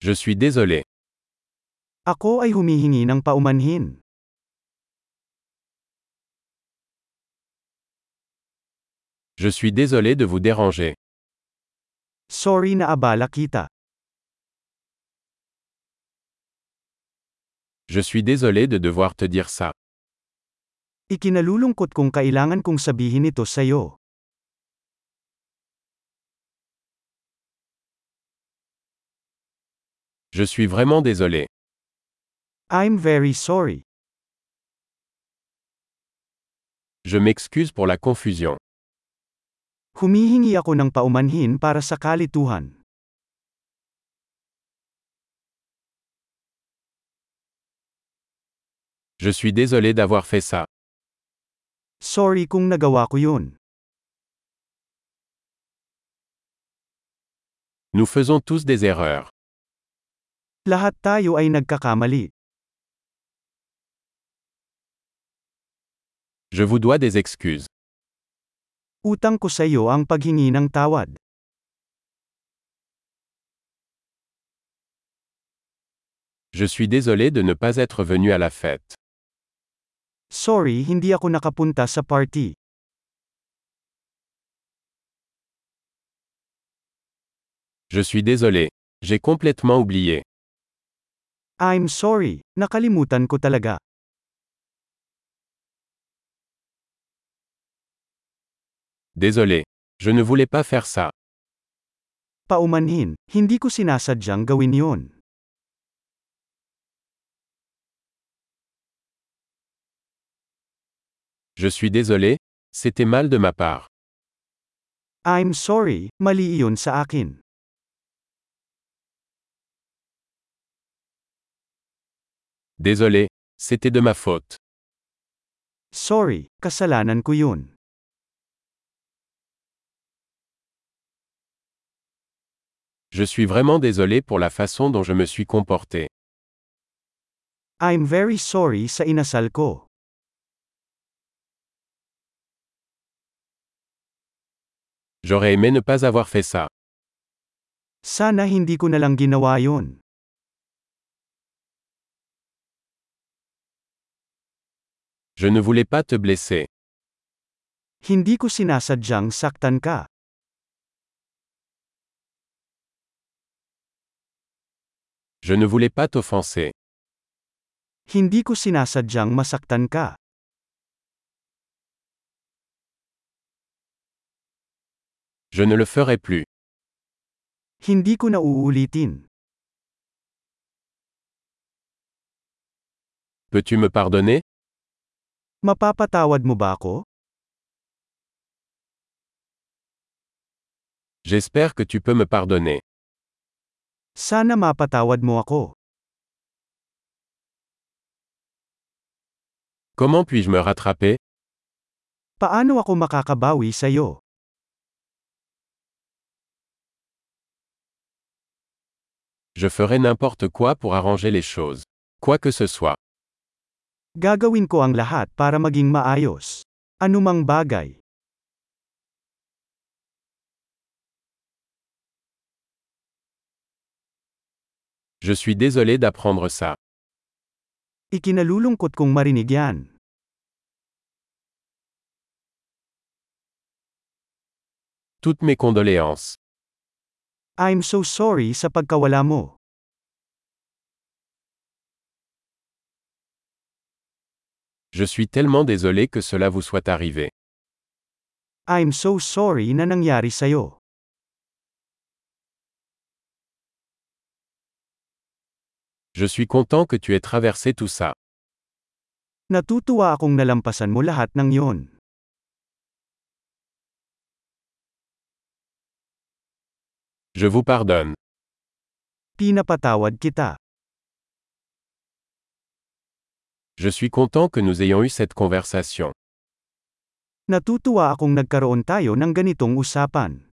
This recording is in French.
Je suis désolé. Ako ay humihingi ng paumanhin. Je suis désolé de vous déranger. Sorry na abala kita. Je suis désolé de devoir te dire ça. Ikinalulungkot kung kailangan kong sabihin ito sa'yo. Je suis vraiment désolé. I'm very sorry. Je m'excuse pour la confusion. Humihingi ako ng paumanhin para sa kalituhan. Je suis désolé d'avoir fait ça. Sorry kung nagawa ko yun. Nous faisons tous des erreurs. Lahat tayo ay nagkakamali. Je vous dois des excuses. Utang ko sa iyo ang paghingi ng tawad. Je suis désolé de ne pas être venu à la fête. Sorry, hindi ako nakapunta sa party. Je suis désolé. J'ai complètement oublié. I'm sorry, nakalimutan ko talaga. Désolé. Je ne voulais pas faire ça. Paumanhin, hindi ko sinasadyang gawin yon. Je suis désolé. C'était mal de ma part. I'm sorry, mali iyon sa akin. Désolé. C'était de ma faute. Sorry, kasalanan ko yun. Je suis vraiment désolé pour la façon dont je me suis comporté. I'm very sorry sa inasal ko. J'aurais aimé ne pas avoir fait ça. Sana hindi ko na lang ginawa yon. Je ne voulais pas te blesser. Hindi ko sinasadyang saktan ka. Je ne voulais pas t'offenser. Hindi ko sinasadyang masaktan ka. Je ne le ferai plus. Hindi ko na uulitin. Peux-tu me pardonner? Mapapatawad mo ba ako? J'espère que tu peux me pardonner. Sana mapatawad mo ako. Comment puis-je me rattraper? Paano ako makakabawi sa'yo? Je ferai n'importe quoi pour arranger les choses. Quoi que ce soit. Gagawin ko ang lahat para maging maayos. Anumang bagay. Je suis désolé d'apprendre ça. Ikinalulungkot kong marinig yan. Toutes mes condoléances. I'm so sorry sa pagkawala mo. Je suis tellement désolé que cela vous soit arrivé. I'm so sorry na nangyari sa'yo. Je suis content que tu aies traversé tout ça. Natutuwa akong nalampasan mo lahat ng yon. Je vous pardonne. Pinapatawad kita. Je suis content que nous ayons eu cette conversation. Natutuwa akong nagkaroon tayo ng ganitong usapan.